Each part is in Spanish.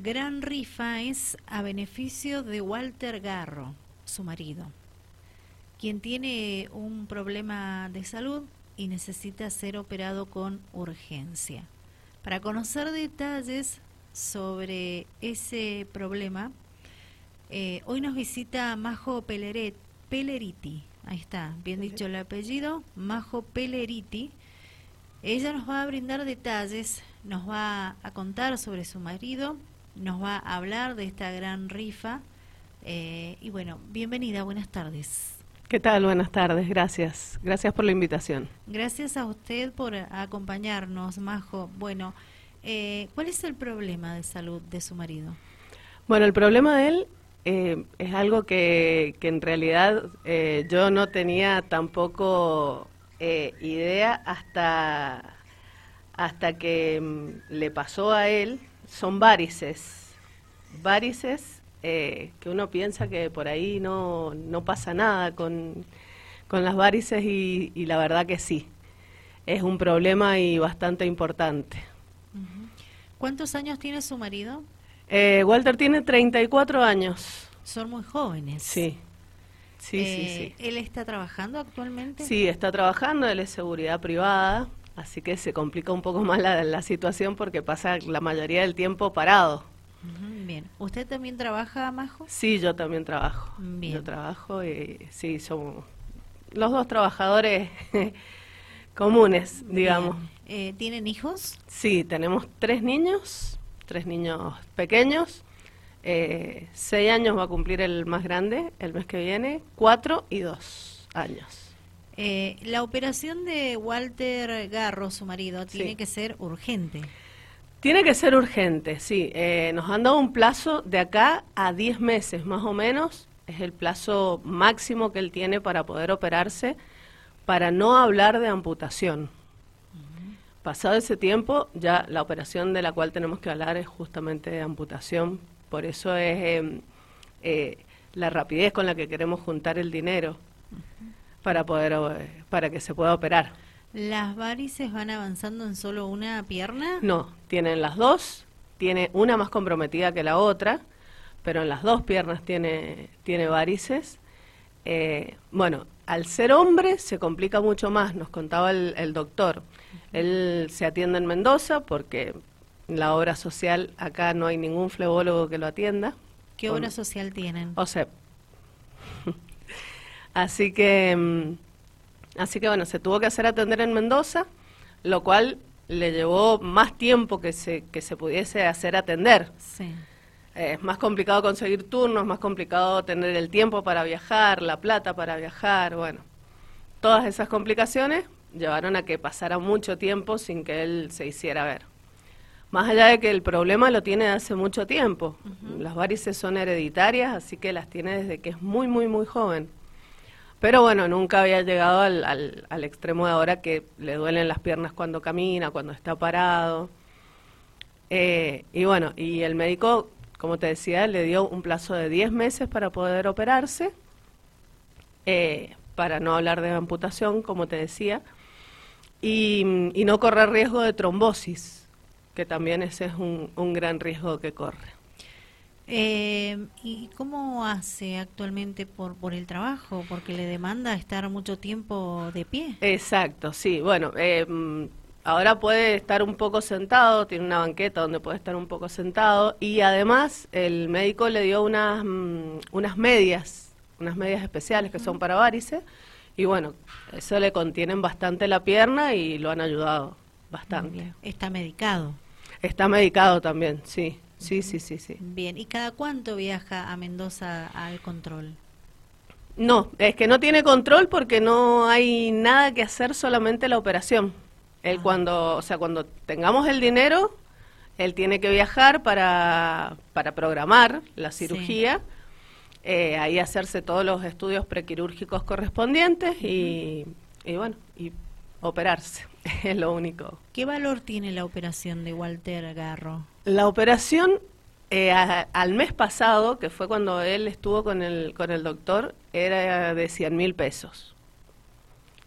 gran rifa es a beneficio de Walter Garro, su marido, quien tiene un problema de salud y necesita ser operado con urgencia. Para conocer detalles sobre ese problema, hoy nos visita Majo Pelleriti. Ahí está, bien dicho el apellido, Majo Pelleriti. Ella nos va a brindar detalles, nos va a contar sobre su marido, nos va a hablar de esta gran rifa. Y bueno, bienvenida, buenas tardes. ¿Qué tal? Buenas tardes, gracias. Gracias por la invitación. Gracias a usted por acompañarnos, Majo. Bueno, ¿cuál es el problema de salud de su marido? Bueno, el problema de él es algo que en realidad yo no tenía tampoco idea hasta que le pasó a él. Son varices que uno piensa que por ahí no pasa nada con las varices y la verdad que sí, es un problema y bastante importante. Uh-huh. ¿Cuántos años tiene su marido? Walter tiene 34 años. Son muy jóvenes. Sí. Sí. ¿Él está trabajando actualmente? Sí, está trabajando, él es seguridad privada, así que se complica un poco más la situación porque pasa la mayoría del tiempo parado. Bien. ¿Usted también trabaja, Majo? Sí, yo también trabajo. Bien. Yo trabajo y sí, somos los dos trabajadores comunes, digamos. ¿Tienen hijos? Sí, tenemos tres niños pequeños. 6 años va a cumplir el más grande el mes que viene, 4 y 2 años. La operación de Walter Garro, su marido, tiene Sí. que ser urgente. Tiene que ser urgente, sí. Nos han dado un plazo de acá a 10 meses, más o menos. Es el plazo máximo que él tiene para poder operarse, para no hablar de amputación. Pasado ese tiempo, ya la operación de la cual tenemos que hablar es justamente de amputación. Por eso es la rapidez con la que queremos juntar el dinero para que se pueda operar. ¿Las varices van avanzando en solo una pierna? No, tienen las dos, tiene una más comprometida que la otra, pero en las dos piernas tiene varices. Bueno, al ser hombre se complica mucho más, nos contaba el doctor. Él se atiende en Mendoza porque en la obra social acá no hay ningún flebólogo que lo atienda. ¿Qué obra social tienen? OSEP. Así que bueno, se tuvo que hacer atender en Mendoza, lo cual le llevó más tiempo que se pudiese hacer atender. Sí. Es más complicado conseguir turnos, más complicado tener el tiempo para viajar, la plata para viajar, bueno. Todas esas complicaciones llevaron a que pasara mucho tiempo sin que él se hiciera ver. Más allá de que el problema lo tiene de hace mucho tiempo. Uh-huh. Las varices son hereditarias, así que las tiene desde que es muy, muy, muy joven. Pero bueno, nunca había llegado al extremo de ahora que le duelen las piernas cuando camina, cuando está parado. Y bueno, y el médico, como te decía, le dio un plazo de 10 meses para poder operarse, para no hablar de amputación, como te decía, y no correr riesgo de trombosis, que también ese es un gran riesgo que corre. ¿Y cómo hace actualmente por el trabajo? Porque le demanda estar mucho tiempo de pie. Exacto, sí. Bueno, ahora puede estar un poco sentado, tiene una banqueta donde puede estar un poco sentado y además el médico le dio unas medias especiales que son para varices y bueno, eso le contienen bastante la pierna y lo han ayudado bastante. ¿Está medicado? Está medicado también, sí. Sí. Bien, ¿y cada cuánto viaja a Mendoza al control? No, es que no tiene control porque no hay nada que hacer, solamente la operación. Él cuando tengamos el dinero, él tiene que viajar para programar la cirugía, ahí hacerse todos los estudios prequirúrgicos correspondientes y bueno, y operarse, es lo único. ¿Qué valor tiene la operación de Walter Garro? La operación al mes pasado, que fue cuando él estuvo con el doctor, era de 100.000 pesos.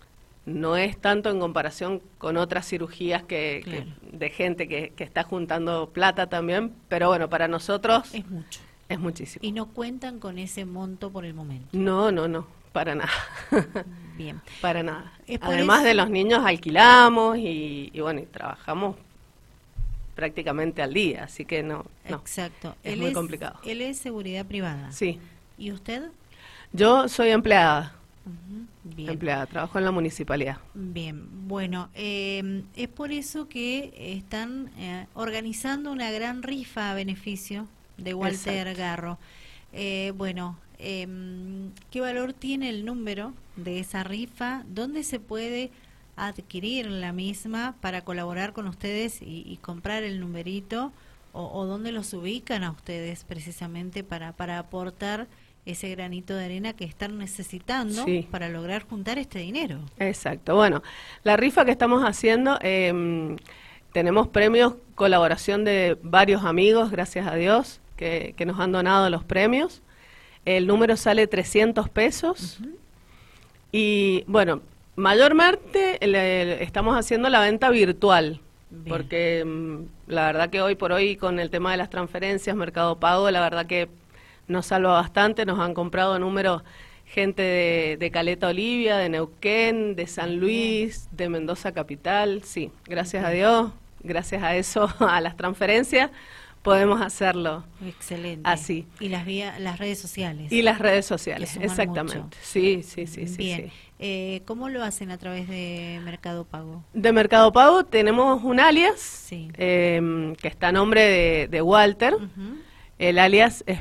no es tanto en comparación con otras cirugías Claro. de gente que está juntando plata también, pero bueno, para nosotros Es mucho. es muchísimo. Y no cuentan con ese monto por el momento. No, no, no, para nada. Bien. Para nada. Es por Además eso- de los niños alquilamos y bueno, y trabajamos prácticamente al día, así que no. Exacto. es muy complicado. Él es seguridad privada. Sí, ¿Y usted? yo soy empleada, Ujú, bien. empleada, trabajo en la municipalidad. Bien, bueno, es por eso que están organizando una gran rifa a beneficio de Walter Exacto. Garro. Bueno, ¿qué valor tiene el número de esa rifa? ¿Dónde se puede adquirir la misma para colaborar con ustedes y comprar el numerito? ¿O dónde los ubican a ustedes precisamente para aportar ese granito de arena que están necesitando Sí. para lograr juntar este dinero? Exacto. Bueno, la rifa que estamos haciendo, tenemos premios, colaboración de varios amigos, gracias a Dios, que nos han donado los premios. El número sale 300 pesos. Y bueno, mayormente estamos haciendo la venta virtual. Bien. Porque la verdad que hoy por hoy con el tema de las transferencias, Mercado Pago, la verdad que nos salva bastante. Nos han comprado números gente de Caleta Olivia, de Neuquén, de San Luis, de Mendoza Capital. Sí, gracias a Dios, gracias a eso, a las transferencias, podemos hacerlo Excelente. así. Y las redes sociales. Y las redes sociales, Que suman exactamente. mucho. Sí, sí, sí, sí, Bien. sí. ¿Cómo lo hacen a través de Mercado Pago? De Mercado Pago tenemos un alias Sí. que está a nombre de Walter. Ujú. El alias es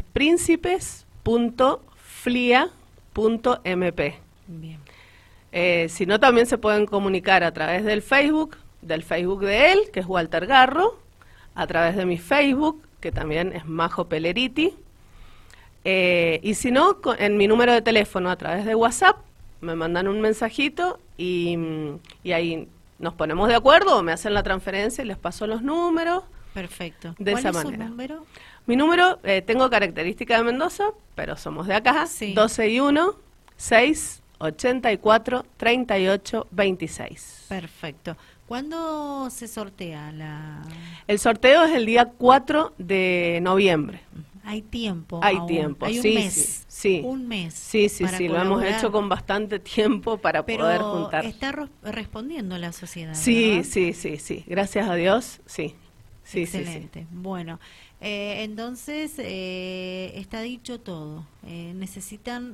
príncipes.flia.mp. Bien. Si no, también se pueden comunicar a través del Facebook de él, que es Walter Garro, a través de mi Facebook, que también es Majo Peleriti, y si no, en mi número de teléfono a través de WhatsApp, me mandan un mensajito y ahí nos ponemos de acuerdo, o me hacen la transferencia y les paso los números. Perfecto. De ¿Cuál esa es manera. su número? Mi número, tengo característica de Mendoza, pero somos de acá, Sí. 12-1-684-38-26. Perfecto. ¿Cuándo se sortea la...? El sorteo es el día 4 de noviembre. Hay tiempo. Hay aún. tiempo, Hay un sí, mes. sí, sí. Un mes. Sí, sí, para sí, lo hemos colaborar. hecho con bastante tiempo para Pero poder juntar. está respondiendo la sociedad. Sí, ¿verdad? sí, sí, sí, gracias a Dios, sí. Sí, sí, sí. Excelente. Bueno, entonces está dicho todo. Necesitan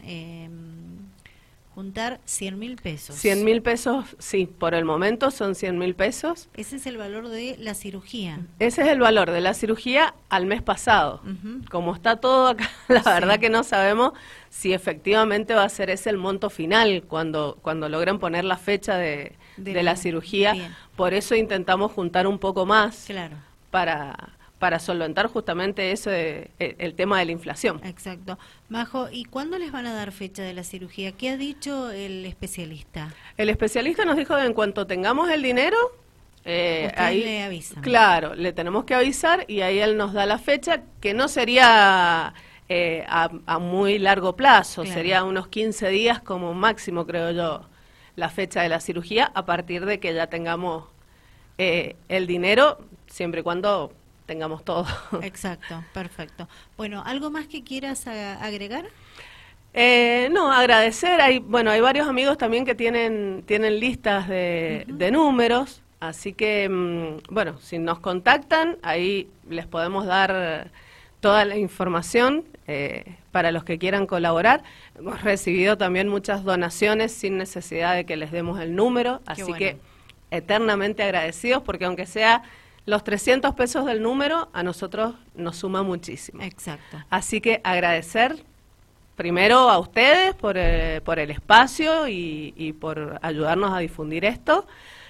juntar 100.000 pesos. 100.000 pesos, sí, por el momento son 100.000 pesos. Ese es el valor de la cirugía. Ese es el valor de la cirugía al mes pasado. Ujú. Como está todo acá, la Sí. verdad que no sabemos si efectivamente va a ser ese el monto final cuando logren poner la fecha de la cirugía. Bien. Por eso intentamos juntar un poco más Claro, para solventar justamente el tema de la inflación. exacto. Majo, ¿y cuándo les van a dar fecha de la cirugía? ¿Qué ha dicho el especialista? El especialista nos dijo que en cuanto tengamos el dinero, Ustedes ahí le avisan. Claro, le tenemos que avisar y ahí él nos da la fecha, que no sería a muy largo plazo, Claro. sería unos 15 días como máximo, creo yo, la fecha de la cirugía, a partir de que ya tengamos el dinero, siempre y cuando tengamos todo. Exacto, perfecto. Bueno, ¿algo más que quieras agregar? No, agradecer. Hay varios amigos también que tienen listas de números, así que, si nos contactan, ahí les podemos dar toda la información para los que quieran colaborar. Hemos recibido también muchas donaciones sin necesidad de que les demos el número, así bueno. que eternamente agradecidos, porque aunque sea los 300 pesos del número, a nosotros nos suma muchísimo. Exacto. Así que agradecer primero a ustedes por el espacio y por ayudarnos a difundir esto,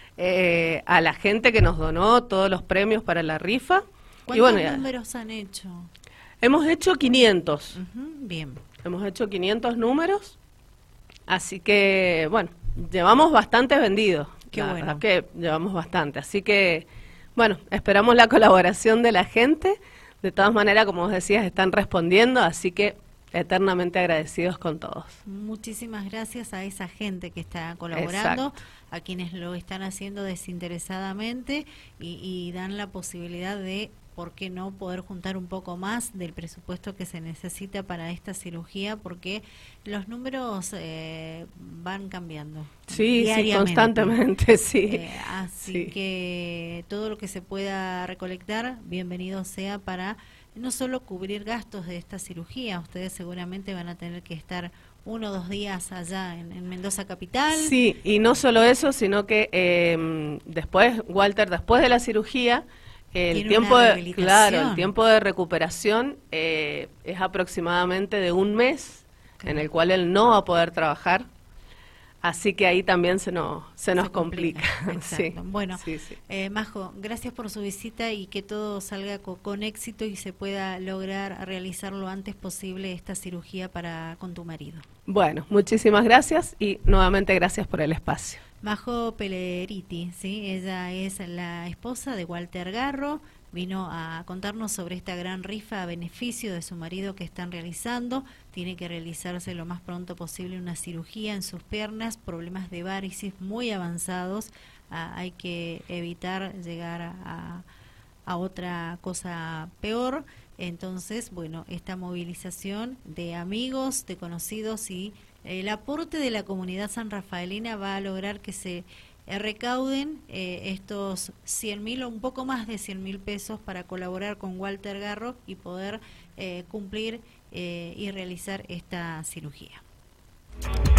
a la gente que nos donó todos los premios para la rifa. Y ¿Cuántos ya, números han hecho? hemos hecho 500, Ujú, bien. hemos hecho 500 números, así que llevamos bastantes vendidos. Qué La bueno. verdad que llevamos bastante, así que esperamos la colaboración de la gente. De todas maneras, como vos decías, están respondiendo, así que eternamente agradecidos con todos. Muchísimas gracias a esa gente que está colaborando, Exacto. a quienes lo están haciendo desinteresadamente y dan la posibilidad de, ¿por qué no?, poder juntar un poco más del presupuesto que se necesita para esta cirugía, porque los números van cambiando. Sí, diariamente. Sí, constantemente, sí. Así Sí. que todo lo que se pueda recolectar, bienvenido sea, para no solo cubrir gastos de esta cirugía. Ustedes seguramente van a tener que estar 1 o 2 días allá en Mendoza capital. Sí, y no solo eso, sino que después, Walter, después de la cirugía, el tiempo el tiempo de recuperación es aproximadamente de 1 mes, en el cual él no va a poder trabajar. Así que ahí también se nos complica. Sí. Bueno, sí, sí. Majo, gracias por su visita y que todo salga con éxito y se pueda lograr realizar lo antes posible esta cirugía con tu marido. Bueno, muchísimas gracias y nuevamente gracias por el espacio. Majo Peleriti, ¿sí? Ella es la esposa de Walter Garro. Vino a contarnos sobre esta gran rifa a beneficio de su marido que están realizando. Tiene que realizarse lo más pronto posible una cirugía en sus piernas, problemas de varices muy avanzados. Hay que evitar llegar a otra cosa peor. Entonces, bueno, esta movilización de amigos, de conocidos y el aporte de la comunidad sanrafaelina va a lograr que se recauden estos 100.000 o un poco más de 100.000 pesos para colaborar con Walter Garro y poder cumplir y realizar esta cirugía.